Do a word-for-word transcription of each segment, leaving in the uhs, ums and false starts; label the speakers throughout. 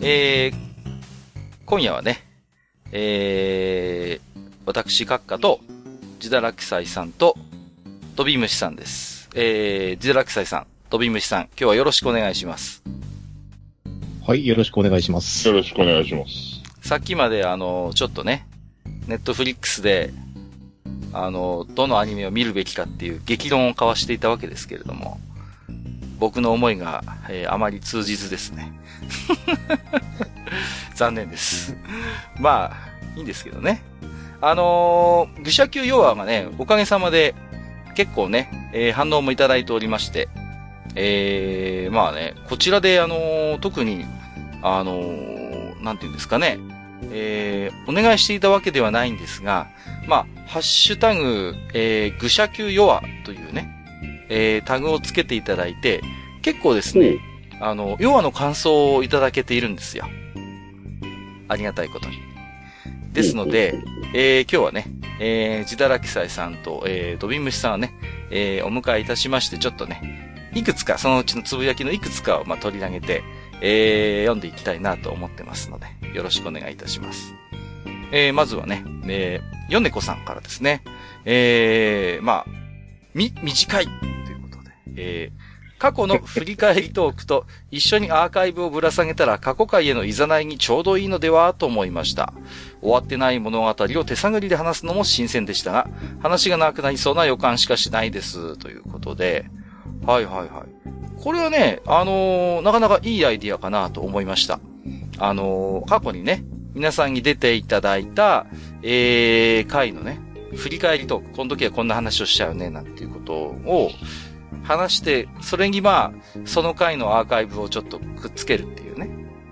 Speaker 1: えー、今夜はね、えー、私、閣下と、ジダラキサイさんと、ドビムシさんです。えー、ジダラキサイさん、ドビムシさん、今日はよろしくお願いします。
Speaker 2: はい、よろしくお願いします。
Speaker 3: よろしくお願いします。
Speaker 1: さっきまであの、ちょっとね、ネットフリックスで、あの、どのアニメを見るべきかっていう激論を交わしていたわけですけれども、僕の思いが、えー、あまり通じずですね。残念です。まあ、いいんですけどね。あのー、愚者級ヨアがね、おかげさまで結構ね、えー、反応もいただいておりまして、えー、まあね、こちらであのー、特に、あのー、なんていうんですかね、えー、お願いしていたわけではないんですが、まあ、ハッシュタグ、えー、愚者級ヨアというね、えー、タグをつけていただいて、結構ですね、あの、ヨアの感想をいただけているんですよ。ありがたいことに。ですので、えー、今日はね、えー、ジダラキサイさんと、えー、ドビムシさんをね、えー、お迎えいたしまして、ちょっとね、いくつか、そのうちのつぶやきのいくつかを、まあ、取り上げて、えー、読んでいきたいなと思ってますので、よろしくお願いいたします。えー、まずはね、えー、ヨネコさんからですね、えー、まあ、み、短いということで、えー、過去の振り返りトークと一緒にアーカイブをぶら下げたら過去回への誘いにちょうどいいのではと思いました。終わってない物語を手探りで話すのも新鮮でしたが、話がなくなりそうな予感しかしないです。ということで、はいはいはい。これはね、あのー、なかなかいいアイディアかなと思いました。あのー、過去にね、皆さんに出ていただいた、えー、回のね、振り返りトーク、この時はこんな話をしちゃうね、なんていうことを話して、それにまあ、その回のアーカイブをちょっとくっつけるっていうね。うん。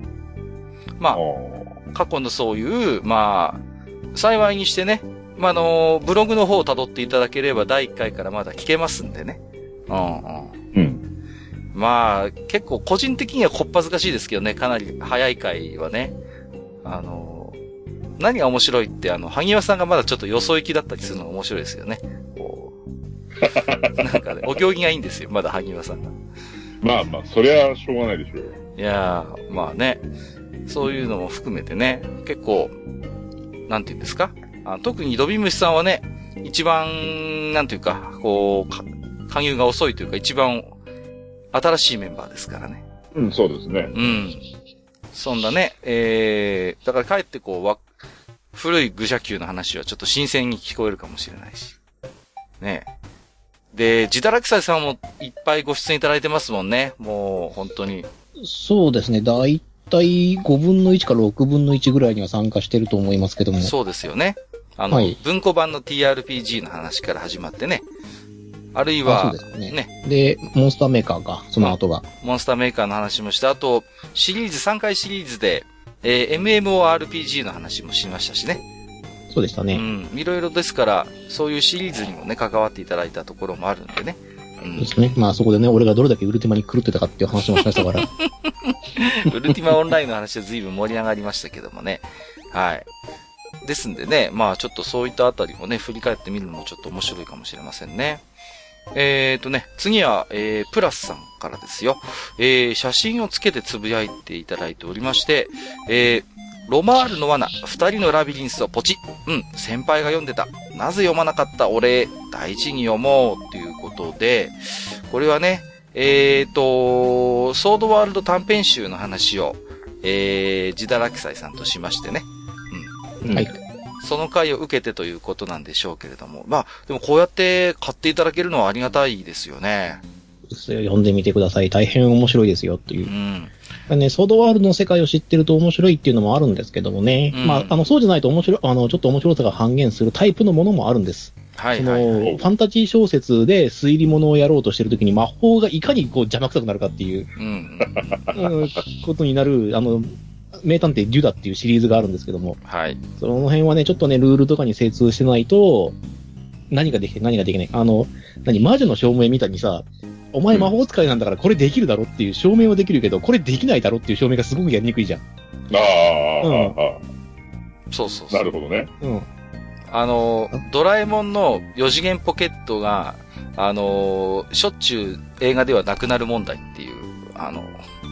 Speaker 1: まあ、過去のそういう、まあ、幸いにしてね、まあ、あのー、ブログの方を辿っていただければだいいっかいからまだ聞けますんでね。うんうん。うん。まあ、結構個人的にはこっぱずかしいですけどね、かなり早い回はね。あのー、何が面白いって、あの、萩和さんがまだちょっとよそ行きだったりするのが面白いですよね。こうなんかね、お行儀がいいんですよ、まだ萩和さんが。
Speaker 3: まあまあ、それはしょうがないでしょうよ。
Speaker 1: いやー、まあね、そういうのも含めてね、結構、なんていうんですか、あ特にドビムシさんはね、一番、なんていうか、こう、加入が遅いというか、一番新しいメンバーですからね。
Speaker 3: うん、そうですね。
Speaker 1: うん。そんなね、えー、だからかえってこう、わ、古い愚者級の話はちょっと新鮮に聞こえるかもしれないし。ね。で、ジダラキサイさんもいっぱいご出演いただいてますもんね。もう、本当に。
Speaker 2: そうですね。だいたいごぶんのいちからろくぶんのいちぐらいには参加してると思いますけども。
Speaker 1: そうですよね。あの、はい、文庫版の ティーアールピージー の話から始まってね。あるいは、
Speaker 2: そうですね。ね。で、モンスターメーカーか、その後が。
Speaker 1: モンスターメーカーの話もして、あと、シリーズ、さんかいシリーズで、えー、エムエムオーアールピージー の話もしましたしね。
Speaker 2: そうでしたね。
Speaker 1: うん。いろいろですから、そういうシリーズにもね、関わっていただいたところもあるんでね。
Speaker 2: うん、そうですね。まあそこでね、俺がどれだけウルティマに狂ってたかっていう話もしましたから。
Speaker 1: ウルティマオンラインの話は随分盛り上がりましたけどもね。はい。ですんでね、まあちょっとそういったあたりもね、振り返ってみるのもちょっと面白いかもしれませんね。えーとね、次は、えー、プラスさんからですよ。えー、写真をつけてつぶやいていただいておりまして、えー、ロマールの罠、二人のラビリンスをポチ。うん、先輩が読んでた。なぜ読まなかった俺、大事に読もう。ということで、これはね、えーと、ソードワールド短編集の話を、えー、ジダラキサイさんとしましてね。うん。はい。その回を受けてということなんでしょうけれども。まあ、でもこうやって買っていただけるのはありがたいですよね。
Speaker 2: 読んでみてください。大変面白いですよ、という。
Speaker 1: うん。
Speaker 2: ね、ソードワールドの世界を知ってると面白いっていうのもあるんですけどもね。うん、まあ、あの、そうじゃないと面白い、あの、ちょっと面白さが半減するタイプのものもあるんです。
Speaker 1: はいはい、はい。
Speaker 2: その、ファンタジー小説で推理物をやろうとしてるときに魔法がいかにこう邪魔くさくなるかっていう、うん、うん、ことになる、あの、名探偵デュダっていうシリーズがあるんですけども。
Speaker 1: はい。
Speaker 2: その辺はね、ちょっとね、ルールとかに精通してないと、何ができて何ができない。あの、何、魔女の証明みたいにさ、お前魔法使いなんだからこれできるだろっていう証明はできるけど、これできないだろっていう証明がすごくやりにくいじゃん。
Speaker 3: ああ、うん、
Speaker 1: そうそうそう。
Speaker 3: なるほどね。
Speaker 2: うん。
Speaker 1: あの、ドラえもんのよ次元ポケットが、あの、しょっちゅう映画ではなくなる問題っていう、あの、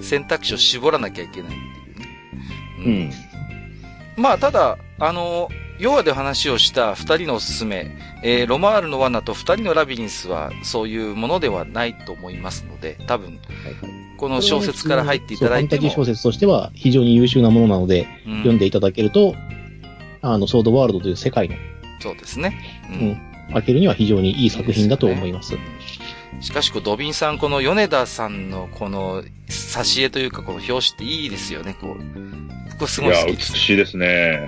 Speaker 1: 選択肢を絞らなきゃいけないっていうね。
Speaker 3: うん。
Speaker 1: まあ、ただ、あの、ヨアで話をした二人のおすすめ、えー、ロマールの罠と二人のラビリンスはそういうものではないと思いますので、多分、
Speaker 2: はいはい、
Speaker 1: この小説から入っていただいても。
Speaker 2: ファンタジー小説としては非常に優秀なものなので、うん、読んでいただけると、あの、ソードワールドという世界の。
Speaker 1: そうですね。
Speaker 2: うん。うん、開けるには非常にいい作品だと思います。
Speaker 1: いいですね、しかし、ドビンさん、この米田さんのこの挿絵というか、この表紙っていいですよね、こう。僕すごい好きです。
Speaker 3: いや、美しいですね。
Speaker 1: うん、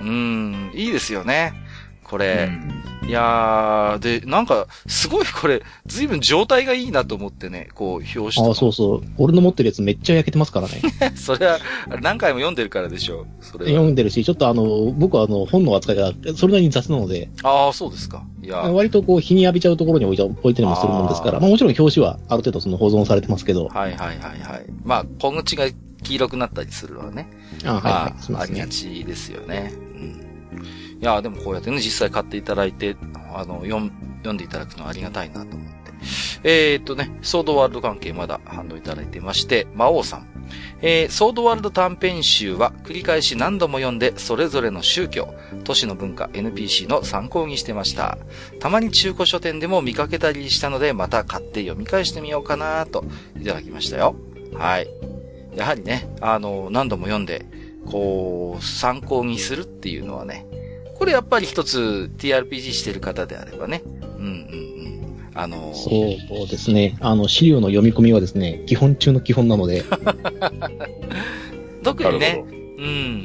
Speaker 1: いいですよね。これ。うん、いやー、で、なんか、すごいこれ、随分状態がいいなと思ってね、こう、表紙と。
Speaker 2: ああ、そうそう。俺の持ってるやつめっちゃ焼けてますからね。
Speaker 1: それは、何回も読んでるからでしょう。それは
Speaker 2: 読んでるし、ちょっとあの、僕はあの、本の扱いが、それなりに雑なので。
Speaker 1: ああ、そうですか。いや
Speaker 2: 割とこう、日に浴びちゃうところに置いて、置いてりもするもんですから。まあもちろん表紙はある程度その保存されてますけど。
Speaker 1: はいはいはいはい。まあ、小口が黄色くなったりするのはね。
Speaker 2: ああ、はいはい。
Speaker 1: まあ、ありがちですよね。うん。いや、でもこうやってね、実際買っていただいて、あの、読ん、読んでいただくのはありがたいなと思って。えー、っとね、ソードワールド関係まだ反応いただいてまして、魔王さん。えー、ソードワールド短編集は繰り返し何度も読んで、それぞれの宗教、都市の文化、エヌピーシー の参考にしてました。たまに中古書店でも見かけたりしたので、また買って読み返してみようかなと、いただきましたよ。はい。やはりね、あの、何度も読んで、こう、参考にするっていうのはね、これやっぱり一つ ティーアールピージー してる方であればね。うんうんうん。あのー、
Speaker 2: そうですね。あの、資料の読み込みはですね、基本中の基本なので。
Speaker 1: 特にね、うん。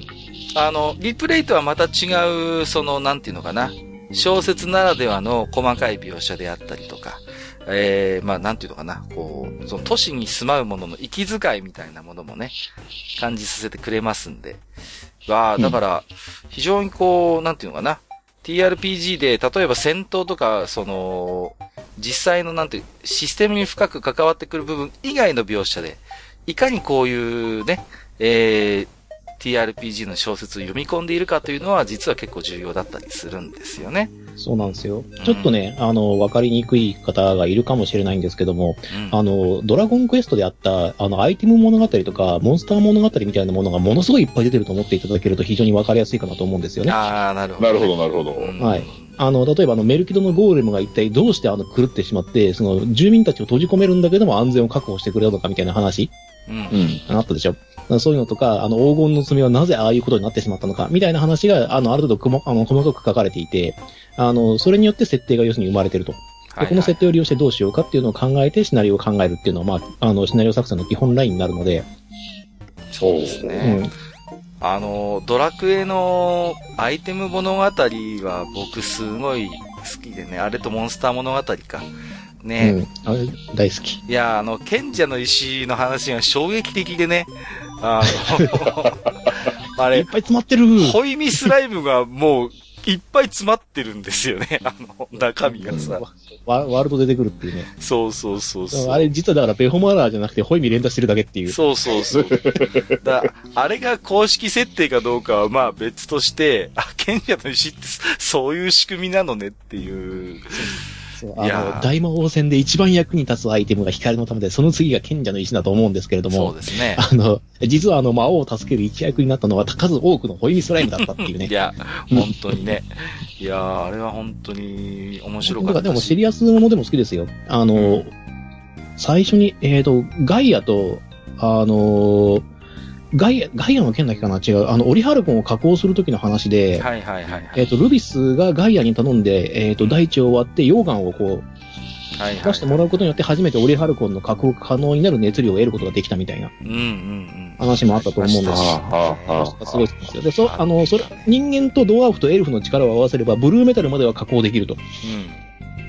Speaker 1: あの、リプレイとはまた違う、その、なんていうのかな。小説ならではの細かい描写であったりとか、えー、まあ、なんていうのかな。こう、その都市に住まうものの息遣いみたいなものもね、感じさせてくれますんで。わあ、だから、非常にこう、なんていうのかな。ティーアールピージー で、例えば戦闘とか、その、実際のなんていう、システムに深く関わってくる部分以外の描写で、いかにこういうね、えー、ティーアールピージー の小説を読み込んでいるかというのは、実は結構重要だったりするんですよね。
Speaker 2: そうなんですよ。ちょっとね、うん、あの、わかりにくい方がいるかもしれないんですけども、うん、あの、ドラゴンクエストであった、あの、アイテム物語とか、モンスター物語みたいなものがものすごいいっぱい出てると思っていただけると非常にわかりやすいかなと思うんですよね。
Speaker 1: ああ、なるほど。
Speaker 3: なるほど、なるほど。
Speaker 2: はい。あの、例えばあの、メルキドのゴーレムが一体どうしてあの、狂ってしまって、その、住民たちを閉じ込めるんだけども安全を確保してくれたのかみたいな話。うん。うん。あったでしょ。そういうのとか、あの、黄金の爪はなぜああいうことになってしまったのか、みたいな話が、あの、ある程度くも、あの、細かく書かれていて、あの、それによって設定が要するに生まれてると。でこの設定を利用してどうしようかっていうのを考えてシナリオを考えるっていうのは、まあ、あの、シナリオ作成の基本ラインになるので。
Speaker 1: そうですね。うん、あの、ドラクエのアイテム物語は僕すごい好きでね、あれとモンスター物語か。ね、
Speaker 2: うん、あれ大好き。
Speaker 1: いや、あの、賢者の石の話が衝撃的でね、あの、あれ、
Speaker 2: いっぱい詰まってる。
Speaker 1: ホイミスライムがもう、いっぱい詰まってるんですよね、あの、中身がさ。
Speaker 2: ワ, ワールド出てくるっていうね。
Speaker 1: そうそうそうそう。
Speaker 2: あれ実はだからベホマラーじゃなくてホイミ連打してるだけっていう。
Speaker 1: そうそうそう。だあれが公式設定かどうかはまあ別として、あ、賢者の石ってそういう仕組みなのねっていう。
Speaker 2: そうあの大魔王戦で一番役に立つアイテムが光の玉で、その次が賢者の石だと思うんですけれども。
Speaker 1: そうですね。
Speaker 2: あの、実はあの魔王を助ける一役になったのは数多くのホイミスライムだったっていうね。
Speaker 1: いや、本当にね。いやー、あれは本当に面白かったし。
Speaker 2: でもシリアスものでも好きですよ。あの、うん、最初に、えっと、ガイアと、あの、ガイア、ガイアの剣だけかな違う。あの、オリハルコンを加工するときの話で、
Speaker 1: はいはいはい、はい。
Speaker 2: えっと、ルビスがガイアに頼んで、えっと、大地を割って溶岩をこう、はいはい、出してもらうことによって初めてオリハルコンの加工可能になる熱量を得ることができたみたいな話もあったと思うんですよ。すごいですよ。で、そ、あの、それ、人間とドワーフとエルフの力を合わせればブルーメタルまでは加工できると。うん、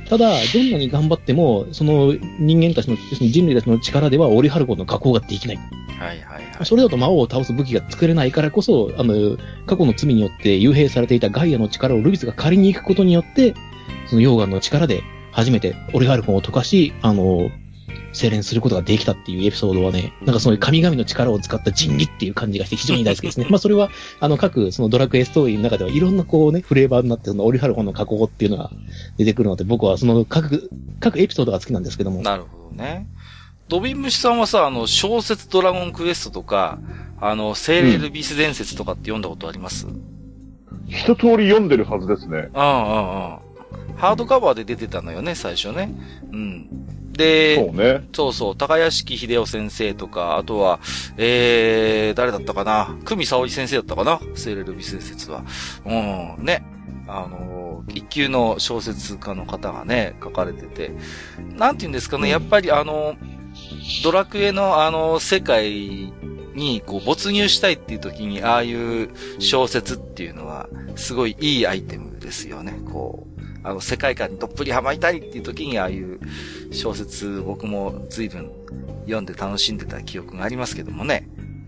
Speaker 2: ただ、どんなに頑張っても、その人間たちの、人類たちの力ではオリハルコンの加工ができない。はいはいはい。それだと魔王を倒す武器が作れないからこそ、あの、過去の罪によって幽閉されていたガイアの力をルビスが借りに行くことによって、その溶岩の力で、初めてオリハルコンを溶かし、あの、精錬することができたっていうエピソードはね、なんかそういう神々の力を使った仁義っていう感じがして非常に大好きですね。まあそれは、あの各そのドラクエストーリーの中ではいろんなこうね、フレーバーになってそのオリハルコンの加工っていうのが出てくるので、僕はその各、各エピソードが好きなんですけども。
Speaker 1: なるほどね。 ドビンムシさんはさ、あの、小説ドラゴンクエストとか、あの、セーレルビス伝説とかって読んだことあります？うん、
Speaker 3: 一通り読んでるはずですね。
Speaker 1: うんうんうん。ハードカバーで出てたのよね、最初ね。うん。で、
Speaker 3: そうね。
Speaker 1: そうそう、高屋敷秀夫先生とか、あとは、えー、誰だったかな、久美沙織先生だったかな、セーレルビス伝説は。うん、ね。あの、一級の小説家の方がね、書かれてて、なんて言うんですかね、やっぱりあの、ドラクエのあの、世界にこう没入したいっていう時に、ああいう小説っていうのは、すごいいいアイテムですよね。こう、あの、世界観にどっぷりハマりたいっていう時に、ああいう小説、僕も随分読んで楽しんでた記憶がありますけどもね。うん。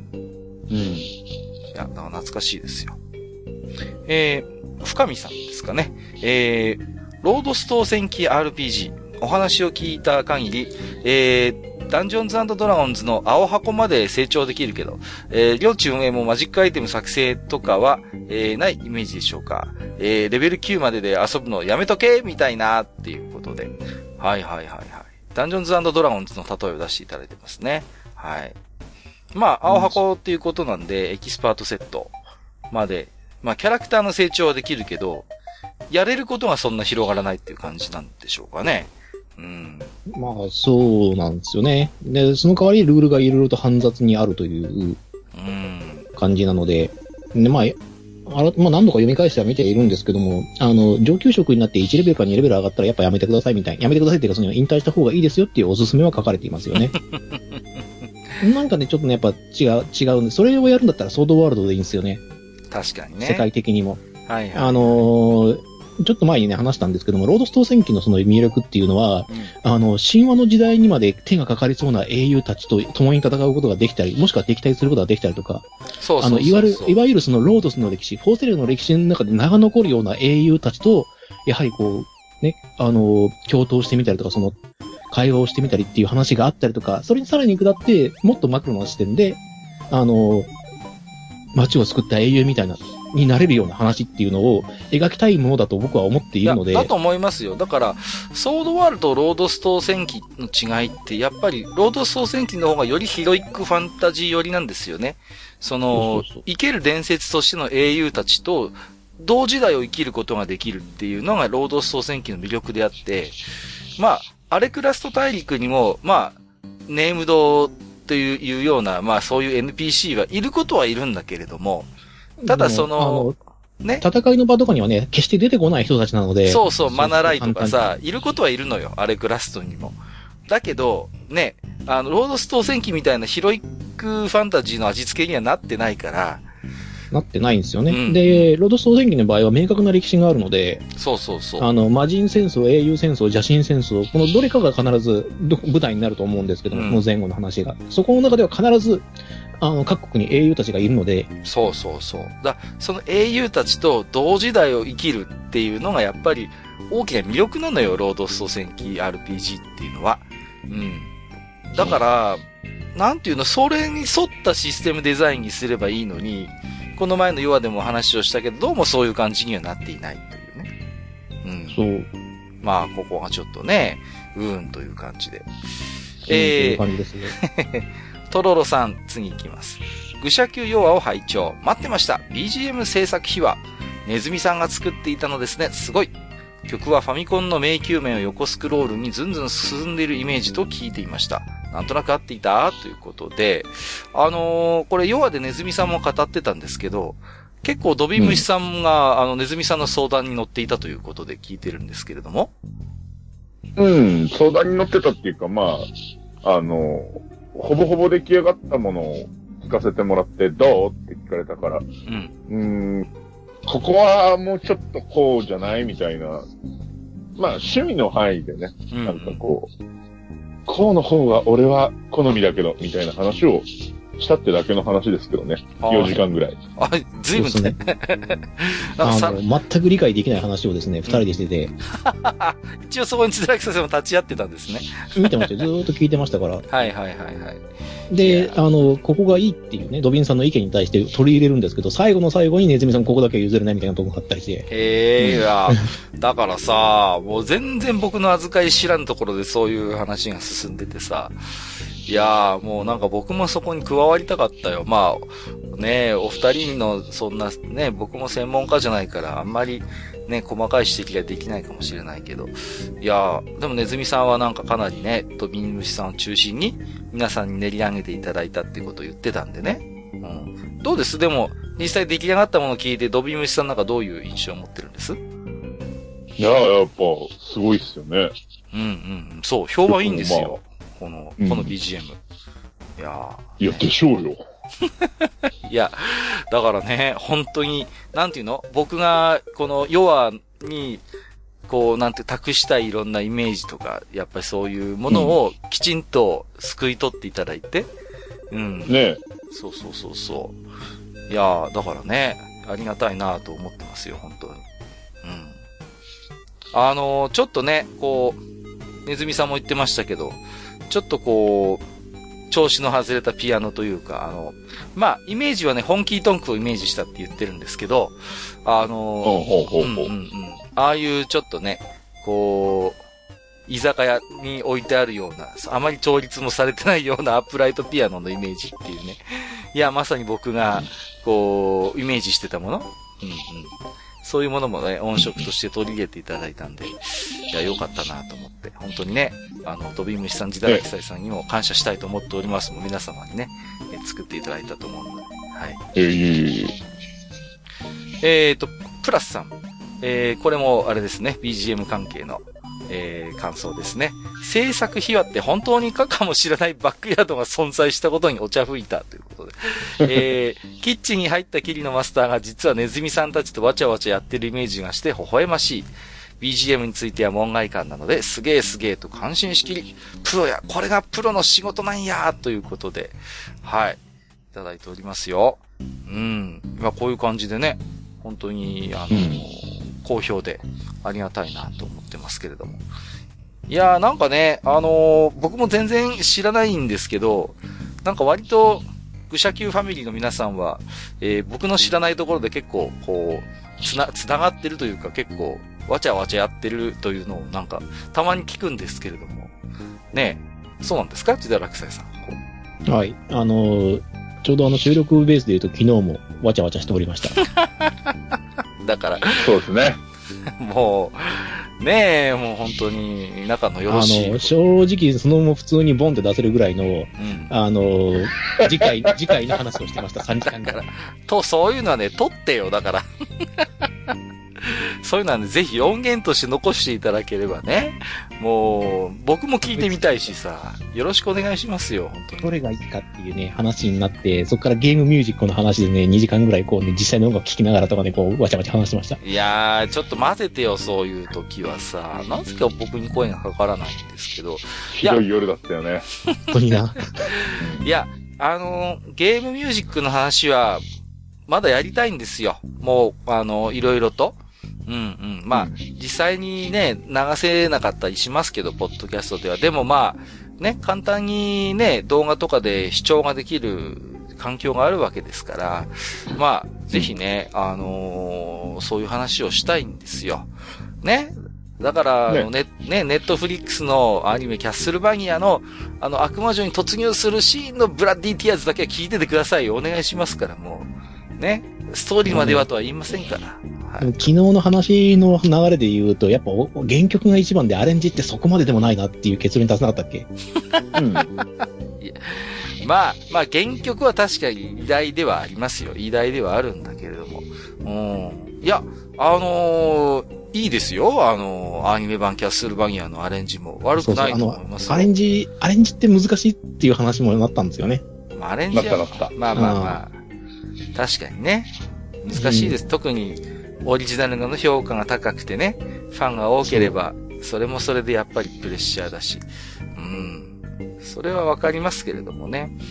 Speaker 1: うん。いや、だから懐かしいですよ。えー、深見さんですかね。えー、ロードストー戦記 アールピージー。お話を聞いた限り、えー、ダンジョンズ&ドラゴンズの青箱まで成長できるけど、えー、領地運営もマジックアイテム作成とかは、えー、ないイメージでしょうか。えー、レベルきゅうまでで遊ぶのやめとけみたいなっていうことで。はいはいはいはい。ダンジョンズ&ドラゴンズの例えを出していただいてますね。はい。まあ、青箱っていうことなんで、エキスパートセットまで、まあ、キャラクターの成長はできるけど、やれることがそんな広がらないっていう感じなんでしょうかね。うん、
Speaker 2: まあ、そうなんですよね。で、その代わりルールがいろいろと煩雑にあるという感じなので、で、まあ、あら、まあ何度か読み返しては見ているんですけども、あの、上級職になっていちレベルかにレベル上がったらやっぱやめてくださいみたいな、やめてくださいっていうかその引退した方がいいですよっていうおすすめは書かれていますよね。なんかね、ちょっとね、やっぱ違う、違うんで、それをやるんだったらソードワールドでいいんですよね。
Speaker 1: 確かにね。
Speaker 2: 世界的にも。
Speaker 1: はいはい。
Speaker 2: あのー、ちょっと前にね、話したんですけども、ロードストー戦記のその魅力っていうのは、うん、あの、神話の時代にまで手がかかりそうな英雄たちと共に戦うことができたり、もしくは敵対することができたりとか、
Speaker 1: そうそうそうそう。
Speaker 2: あの、いわゆる、いわゆるそのロードスの歴史、フォーセレルの歴史の中で名が残るような英雄たちと、やはりこう、ね、あの、共闘してみたりとか、その、会話をしてみたりっていう話があったりとか、それにさらに下って、もっとマクロな視点で、あの、街を救った英雄みたいな、になれるような話っていうのを描きたいものだと僕は思っているので。
Speaker 1: だと思いますよ。だから、ソードワールド、ロードストー戦記の違いって、やっぱり、ロードストー戦記の方がよりヒロイックファンタジー寄りなんですよね。その、そうそうそう、生ける伝説としての英雄たちと、同時代を生きることができるっていうのが、ロードストー戦記の魅力であって、まあ、アレクラスト大陸にも、まあ、ネームドというような、まあそういう エヌピーシー はいることはいるんだけれども、ただその、
Speaker 2: ね。戦いの場とかにはね、決して出てこない人たちなので。
Speaker 1: そうそう、マナライとかさ、いることはいるのよ、アレクラストにも。だけど、ね、あの、ロードストー戦記みたいなヒロイックファンタジーの味付けにはなってないから、
Speaker 2: なってないんですよね。うん、で、ロードストー戦記の場合は明確な歴史があるので、
Speaker 1: そうそうそう。
Speaker 2: あの、魔人戦争、英雄戦争、邪神戦争、このどれかが必ず舞台になると思うんですけども、うん、この前後の話が。そこの中では必ず、あの、各国に英雄たちがいるので。
Speaker 1: そうそうそう。だその英雄たちと同時代を生きるっていうのがやっぱり大きな魅力なのよ、ロードストー戦記 アールピージー っていうのは。うん。だから、なんていうの、それに沿ったシステムデザインにすればいいのに、この前のヨアでも話をしたけど、どうもそういう感じにはなっていないというね。うん。
Speaker 2: そう。
Speaker 1: まあ、ここがちょっとね、うーんという感じで。
Speaker 2: ええー。いう感じですね。
Speaker 1: トロロさん、次行きます。愚者級ヨアを拝聴。待ってました。ビージーエム 制作秘話。ネズミさんが作っていたのですね。すごい。曲はファミコンの迷宮面を横スクロールにずんずん進んでいるイメージと聞いていました。なんとなく合っていたということで、あのー、これ、ヨアでネズミさんも語ってたんですけど、結構ドビムシさんが、うん、あの、ネズミさんの相談に乗っていたということで聞いてるんですけれども。
Speaker 3: うん、相談に乗ってたっていうか、まあ、あの、ほぼほぼ出来上がったものを聞かせてもらって、どうって聞かれたから、うん。うーん、ここはもうちょっとこうじゃないみたいな、まあ、趣味の範囲でね、うんうん、なんかこう、こうの方が俺は好みだけど、みたいな話をしたってだけの話ですけどね。よじかんぐらい。
Speaker 1: あ、ずいぶんね。
Speaker 2: あの、全く理解できない話をですね、二人でしてて。
Speaker 1: 一応そこに津田先生も立ち会ってたんですね。
Speaker 2: 見てましたよ。ずーっと聞いてましたから。
Speaker 1: はいはいはいはい。
Speaker 2: で、あの、ここがいいっていうね、ドビンさんの意見に対して取り入れるんですけど、最後の最後にネズミさんここだけは譲れないみたいなとこがあったりして。
Speaker 1: へえ、いや、だからさ、もう全然僕の預かり知らんところでそういう話が進んでてさ、いやーもうなんか僕もそこに加わりたかったよ。まあ、ねえ、お二人のそんなね、僕も専門家じゃないからあんまりね、細かい指摘ができないかもしれないけど。いやー、でもネズミさんはなんかかなりね、ドビンムシさんを中心に皆さんに練り上げていただいたってことを言ってたんでね。うん。どうですでも、実際出来上がったものを聞いてドビンムシさんなんかどういう印象を持ってるんです？
Speaker 3: いやー、やっぱ、すごいっすよね。
Speaker 1: うんうん。そう、評判いいんですよ。この、この ビージーエム。うん、いや
Speaker 3: ー。いや、でしょうよ。
Speaker 1: いや、だからね、本当に、なんていうの？僕が、この、ヨアに、こう、なんて、託したいいろんなイメージとか、やっぱりそういうものをきちんと救い取っていただいて、うん。
Speaker 3: ねえ。
Speaker 1: そうそうそうそう。いやー、だからね、ありがたいなと思ってますよ、本当に。うん。あのー、ちょっとね、こう、ネズミさんも言ってましたけど、ちょっとこう、調子の外れたピアノというか、あの、まあ、イメージはね、ホンキートンクをイメージしたって言ってるんですけど、あの、
Speaker 3: ほうほうほうほう。
Speaker 1: うんうんうん。ああいうちょっとね、こう、居酒屋に置いてあるような、あまり調律もされてないようなアップライトピアノのイメージっていうね。いや、まさに僕が、こう、イメージしてたもの、うんうん、そういうものもね、音色として取り入れていただいたんで、いや、よかったなと思って、本当にね、あの、ドビームシさん、ジダラキサイさんにも感謝したいと思っておりますもん、皆様にね、え作っていただいたと思うので、はい。
Speaker 3: えー、
Speaker 1: えーと、プラスさん、えー、これもあれですね、ビージーエム 関係の、えー、感想ですね。制作秘話って本当にかかもしれないバックヤードが存在したことにお茶吹いたということで。えー、キッチンに入ったキリのマスターが実はネズミさんたちとわちゃわちゃやってるイメージがして微笑ましい。ビージーエム については門外漢なので、すげーすげーと感心しきり、プロや、これがプロの仕事なんやということで、はい。いただいておりますよ。うん。まあこういう感じでね、本当に、あの、うん、好評でありがたいなと思ってますけれども。いやーなんかね、あのー、僕も全然知らないんですけど、なんか割と、愚者級ファミリーの皆さんは、えー、僕の知らないところで結構、こう、つな、つながってるというか結構、わちゃわちゃやってるというのをなんか、たまに聞くんですけれども。ねえ、そうなんですかジダラクサイさん。
Speaker 2: はい。あのー、ちょうどあの収録ベースで言うと昨日もわちゃわちゃしておりました。
Speaker 1: だから。
Speaker 3: そうですね。
Speaker 1: もう、ねえ、もう本当に仲のよろしい。
Speaker 2: あの、正直そのまま普通にボンって出せるぐらいの、うん、あの、次回、次回の話をしてました、さんじかんから。
Speaker 1: と、そういうのはね、撮ってよ、だから。そういうのはね、ぜひ音源として残していただければね。もう、僕も聞いてみたいしさ、よろしくお願いしますよ、本当に。
Speaker 2: どれがいいかっていうね、話になって、そこからゲームミュージックの話でね、にじかんぐらいこうね、実際の音楽聴きながらとかね、こう、わちゃわちゃ話してました。
Speaker 1: いやー、ちょっと混ぜてよ、そういう時はさ。なぜか僕に声がかからないんですけど。
Speaker 3: ひどい夜だったよね。
Speaker 2: 本当にな。
Speaker 1: いや、あのー、ゲームミュージックの話は、まだやりたいんですよ。もう、あのー、いろいろと。うんうん。まあ、うん、実際にね、流せなかったりしますけど、ポッドキャストでは。でもまあ、ね、簡単にね、動画とかで視聴ができる環境があるわけですから、まあ、ぜひね、あのー、そういう話をしたいんですよ。ね。だから、ね、ね、ね、ネットフリックスのアニメキャッスルバニアの、あの、悪魔女に突入するシーンのブラッディティアーズだけは聞いててくださいよ。お願いしますから、もう。ね。ストーリーまではとは言いませんから。
Speaker 2: はい、昨日の話の流れで言うと、やっぱ原曲が一番でアレンジってそこまででもないなっていう結論に立たなかったっけうん。
Speaker 1: いやまあ、まあ原曲は確かに偉大ではありますよ。偉大ではあるんだけれども。うん。いや、あのー、いいですよ。あのー、アニメ版キャッスルバニアのアレンジも悪くないと思いますよ。
Speaker 2: そうそう、あの、アレンジ、アレンジって難しいっていう話もなったんですよね。
Speaker 1: まあ、アレンジは、
Speaker 3: なったなった
Speaker 1: まあまあまあ、確かにね。難しいです。うん、特に、オリジナルの評価が高くてね、ファンが多ければ、それもそれでやっぱりプレッシャーだし、うん。それはわかりますけれどもね。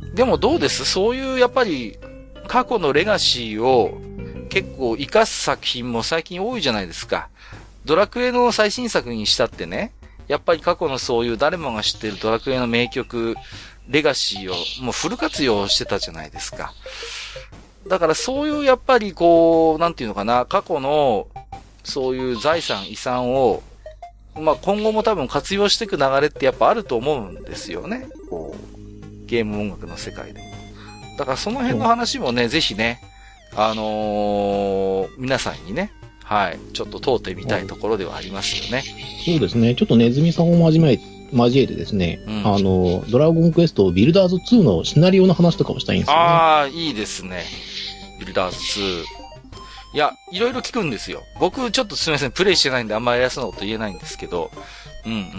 Speaker 1: でもどうです？そういうやっぱり過去のレガシーを結構活かす作品も最近多いじゃないですか。ドラクエの最新作にしたってね、やっぱり過去のそういう誰もが知ってるドラクエの名曲、レガシーをもうフル活用してたじゃないですか。だからそういうやっぱりこう、なんていうのかな、過去のそういう財産、遺産を、まあ今後も多分活用していく流れってやっぱあると思うんですよね。こう、ゲーム音楽の世界でも。だからその辺の話もね、ぜひね、あのー、皆さんにね、はい、ちょっと通ってみたいところではありますよね。
Speaker 2: そうですね。ちょっとネズミさんを交え、交えてですね、うん、あの、ドラゴンクエストビルダーズツーのシナリオの話とかもしたいんですよね。
Speaker 1: ああ、いいですね。ビルダーズツー。いや、いろいろ聞くんですよ。僕、ちょっとすみません、プレイしてないんであんまり偉そうなこと言えないんですけど、うんうんうん。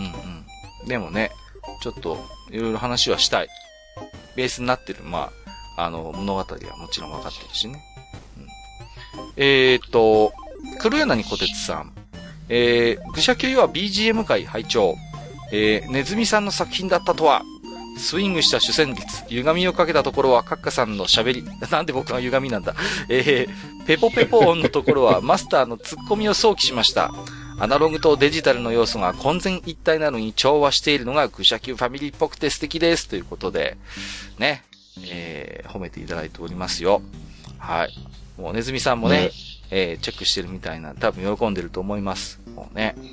Speaker 1: でもね、ちょっと、いろいろ話はしたい。ベースになってる、まあ、あの、物語はもちろん分かってるしね。うん、えーっと、黒柳小鉄さん。えー、愚者級は ビージーエム 界拝聴。えー、ネズミさんの作品だったとは。スイングした主旋律、歪みをかけたところはカッカさんの喋り。なんで僕が歪みなんだ。えー、ペポペポ音のところはマスターのツッコミを想起しました。アナログとデジタルの要素が混然一体なのに調和しているのが愚者級ファミリーっぽくて素敵です。ということで、ね、えー、褒めていただいておりますよ。はい。もうネズミさんもね、ねえー、チェックしてるみたいな、多分喜んでると思います。もうね。うん、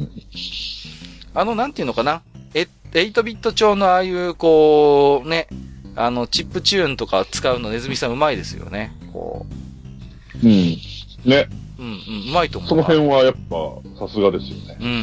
Speaker 1: あの、なんていうのかな。え、エイトビット調のああいう、こう、ね、あの、チップチューンとか使うのネズミさんうまいですよね。こ
Speaker 3: う。うん。ね。
Speaker 1: うんうん、うまいと思う。
Speaker 3: その辺はやっぱ、さすがですよね。
Speaker 1: うんうんうんうん。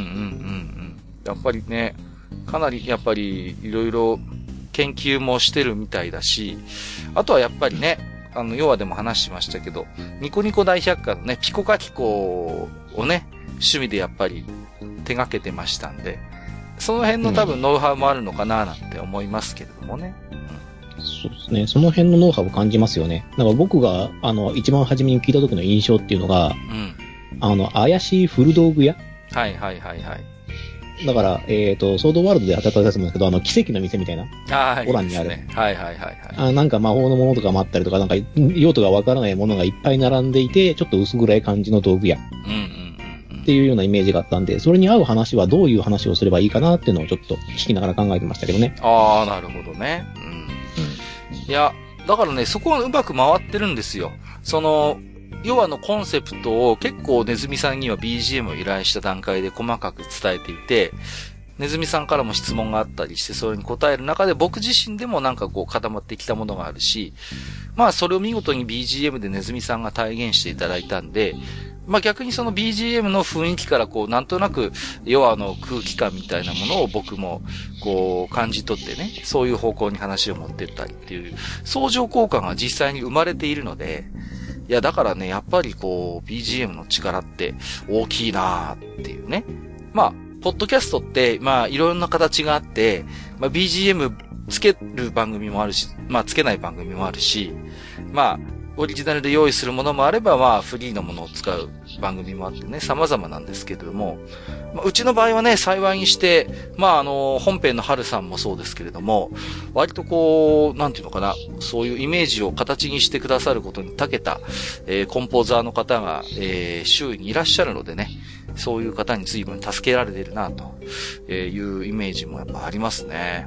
Speaker 1: やっぱりね、かなりやっぱり、いろいろ研究もしてるみたいだし、あとはやっぱりね、あの、要はでも話しましたけど、ニコニコ大百科のね、ピコカキコをね、趣味でやっぱり手掛けてましたんで、その辺の多分ノウハウもあるのかななんて思いますけれどもね。
Speaker 2: うん、そうですね。その辺のノウハウを感じますよね。だから僕が、あの、一番初めに聞いた時の印象っていうのが、うん、あの、怪しい古道具屋。
Speaker 1: はいはいはいはい。
Speaker 2: だから、えっ、ー、と、ソードワールドで働いたと思うんですけど、あの、奇跡の店みたいな。
Speaker 1: ああ、
Speaker 2: オランにある。
Speaker 1: いいですね。はいはいはいはい。
Speaker 2: あなんか魔法のものとかもあったりとか、なんか用途がわからないものがいっぱい並んでいて、ちょっと薄暗い感じの道具屋。うんうんうん。っていうようなイメージがあったんで、それに合う話はどういう話をすればいいかなっていうのをちょっと聞きながら考えてましたけどね。
Speaker 1: ああ、なるほどね。うん。うん、いや、だからね、そこはうまく回ってるんですよ。その、要はのコンセプトを結構ネズミさんには ビージーエム を依頼した段階で細かく伝えていて、ネズミさんからも質問があったりして、それに答える中で僕自身でもなんかこう固まってきたものがあるし、まあそれを見事に ビージーエム でネズミさんが体現していただいたんで、まあ逆にその ビージーエム の雰囲気からこうなんとなく、要はあの空気感みたいなものを僕もこう感じ取ってね、そういう方向に話を持ってったりっていう相乗効果が実際に生まれているので、いやだからね、やっぱりこう ビージーエム の力って大きいなーっていうね。まあ、ポッドキャストって、まあいろんな形があって、まあ ビージーエム つける番組もあるし、まあつけない番組もあるし、まあ、オリジナルで用意するものもあれば、まあ、フリーのものを使う番組もあってね、様々なんですけれども、まあ、うちの場合はね、幸いにして、まあ、あの、本編の春さんもそうですけれども、割とこう、なんていうのかな、そういうイメージを形にしてくださることに長けた、えー、コンポーザーの方が、えー、周囲にいらっしゃるのでね、そういう方に随分助けられてるな、というイメージもやっぱありますね。うん、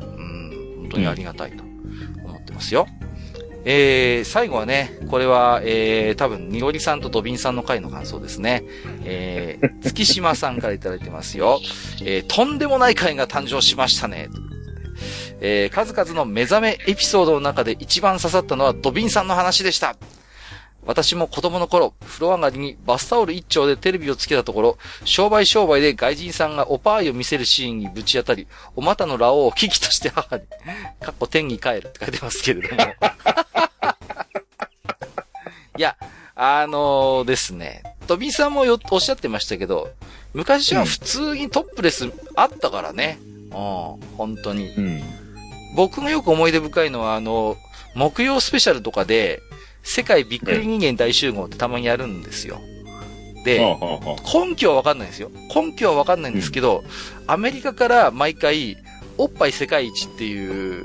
Speaker 1: 本当にありがたいと思ってますよ。えー、最後はね、これは、えー、多分、にごりさんとドビンさんの回の感想ですね。えー、月島さんからいただいてますよ。えー、とんでもない回が誕生しましたね。えー、数々の目覚めエピソードの中で一番刺さったのはドビンさんの話でした。私も子供の頃、風呂上がりにバスタオル一丁でテレビをつけたところ、商売商売で外人さんがおパーイを見せるシーンにぶち当たり、お股のラオウを危機として母に、かっこ天に帰るって書いてますけれども。いや、あのー、ですね、ドビンさんもよおっしゃってましたけど、昔は普通にトップレスあったからね。うん、本当に。うん、僕がよく思い出深いのは、あの、木曜スペシャルとかで、世界びっくり人間大集合ってたまにやるんですよ。で、根拠はわかんないんですよ。根拠はわかんないんですけど、アメリカから毎回、おっぱい世界一っていう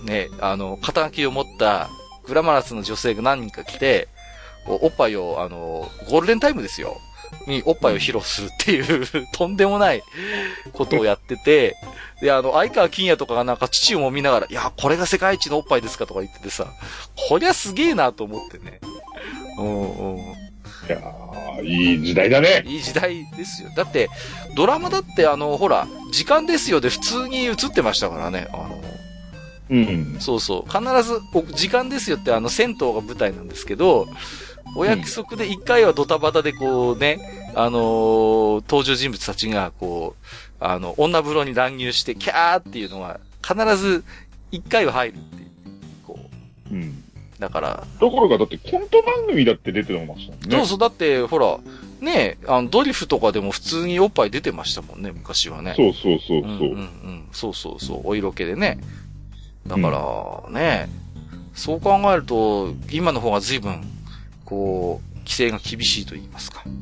Speaker 1: ね、あの、肩書きを持ったグラマラスの女性が何人か来て、おっぱいを、あの、ゴールデンタイムですよ。におっぱいを披露するっていう、とんでもないことをやってて、で、あの、相川金也とかがなんか父をも見ながら、いや、これが世界一のおっぱいですかとか言っててさ、こりゃすげえなと思ってね。うんうん。
Speaker 3: いやー、いい時代だね。
Speaker 1: いい時代ですよ。だって、ドラマだってあの、ほら、時間ですよで普通に映ってましたからね。あの、
Speaker 3: うん。
Speaker 1: そうそう。必ず、時間ですよってあの、銭湯が舞台なんですけど、お約束で一回はドタバタでこうね、あのー、登場人物たちがこう、あの、女風呂に乱入してキャーっていうのが必ず一回は入るっていう。こ
Speaker 3: う。うん。
Speaker 1: だから。
Speaker 3: ところがだってコント番組だって出てましたもんね。
Speaker 1: そうそう、だってほら、ねえ、あの、ドリフとかでも普通におっぱい出てましたもんね、昔はね。
Speaker 3: そうそうそうそう。うん
Speaker 1: うんうん。そうそうそう。お色気でね。だから、ね、うん、そう考えると、今の方が随分、こう、規制が厳しいと言いますか。うん。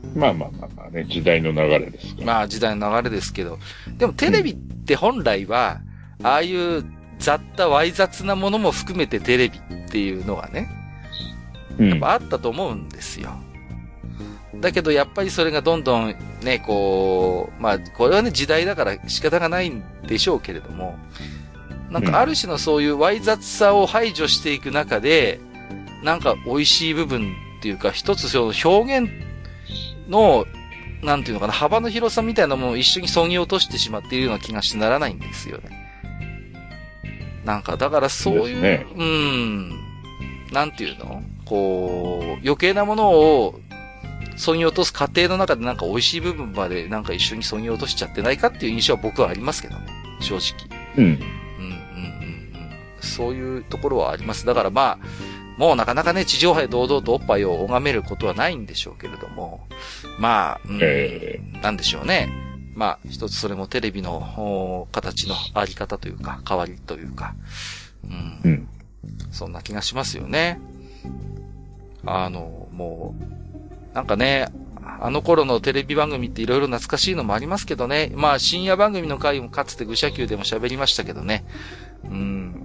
Speaker 3: まあまあまあまあね、時代の流れですから。
Speaker 1: まあ時代の流れですけど。でもテレビって本来は、うん、ああいう雑多わい雑なものも含めてテレビっていうのがね、やっぱあったと思うんですよ。うん、だけどやっぱりそれがどんどんね、こう、まあこれはね時代だから仕方がないんでしょうけれども、なんかある種のそういうわい雑さを排除していく中で、なんか美味しい部分っていうか、一つその表現の、なんていうのかな、幅の広さみたいなものを一緒に削ぎ落としてしまっているような気がしてならないんですよね。なんか、だからそういう、ね、うん、なんていうのこう、余計なものを削ぎ落とす過程の中でなんか美味しい部分までなんか一緒に削ぎ落としちゃってないかっていう印象は僕はありますけどね、正直。
Speaker 3: うん。うん、
Speaker 1: うん、うん、うん。そういうところはあります。だからまあ、もうなかなかね、地上波で堂々とおっぱいを拝めることはないんでしょうけれども、まあ、うん
Speaker 3: えー、
Speaker 1: なんでしょうね。まあ、一つそれもテレビの形のあり方というか、変わりというか、うん、うん、そんな気がしますよね。あの、もう、なんかね、あの頃のテレビ番組っていろいろ懐かしいのもありますけどね。まあ、深夜番組の回もかつて愚者級でも喋りましたけどね。うん。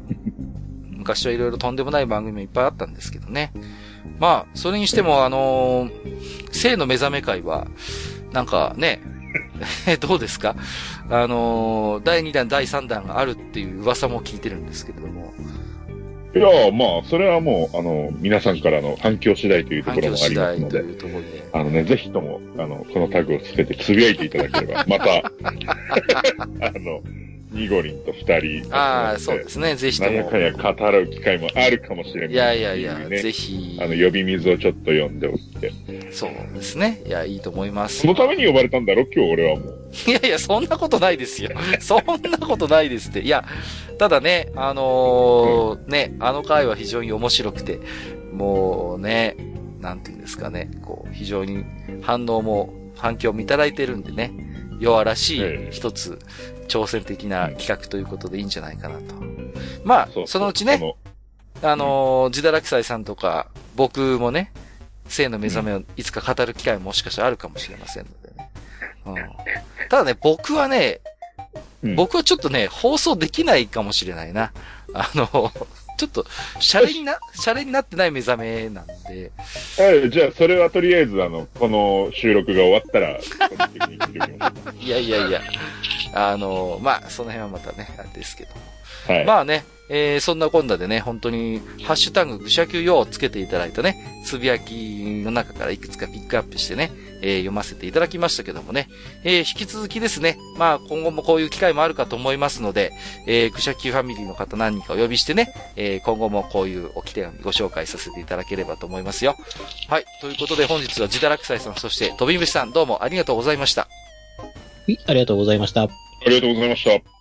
Speaker 1: 昔はいろいろとんでもない番組もいっぱいあったんですけどね。まあ、それにしても、あのー、性の目覚め会は、なんかね、どうですか？あのー、だいにだん、だいさんだんがあるっていう噂も聞いてるんですけれども。
Speaker 3: いやまあ、それはもう、あの、皆さんからの反響次第というところもありますので、というところであのね、ぜひとも、あの、このタグをつけてつぶやいていただければ、また、あの、ニゴリンと二人。
Speaker 1: ああ、そうですね。ぜひとも。
Speaker 3: 何やかんや語る機会もあるかもしれない。
Speaker 1: いやいやいや、ね、ぜひ。
Speaker 3: あの、呼び水をちょっと読んでおいて。
Speaker 1: そうですね。いや、いいと思います。
Speaker 3: そのために呼ばれたんだろ今日俺はもう。
Speaker 1: いやいや、そんなことないですよ。そんなことないですって。いや、ただね、あのー、ね、あの回は非常に面白くて、もうね、なんていうんですかね、こう、非常に反応も、反響もいただいてるんでね、弱らしい一つ、挑戦的な企画ということでいいんじゃないかなと。まあ、そ, そのうちね、あのー、ジダラキサイさんとか、僕もね、性の目覚めをいつか語る機会ももしかしたらあるかもしれませんのでね。うん、ただね、僕はね、うん、僕はちょっとね、放送できないかもしれないな。あの、ちょっと、シャレにな、シャレになってない目覚めなんで。
Speaker 3: え、じゃあ、それはとりあえず、あの、この収録が終わったら、
Speaker 1: いやいやいや、あの、まあ、その辺はまたね、あれですけども。
Speaker 3: はい、
Speaker 1: まあね、えー、そんなこんなでね、本当に、ハッシュタグ、愚者級よをつけていただいたね、つぶやきの中からいくつかピックアップしてね、えー、読ませていただきましたけどもね、えー、引き続きですね、まあ今後もこういう機会もあるかと思いますので、えー、愚者級ファミリーの方何人かお呼びしてね、えー、今後もこういうおき手紙ご紹介させていただければと思いますよ。はい、ということで本日はジダラクサイさん、そして飛び虫さんどうもありがとうございました。
Speaker 2: はい、ありがとうございました。あ
Speaker 3: りがとうございました。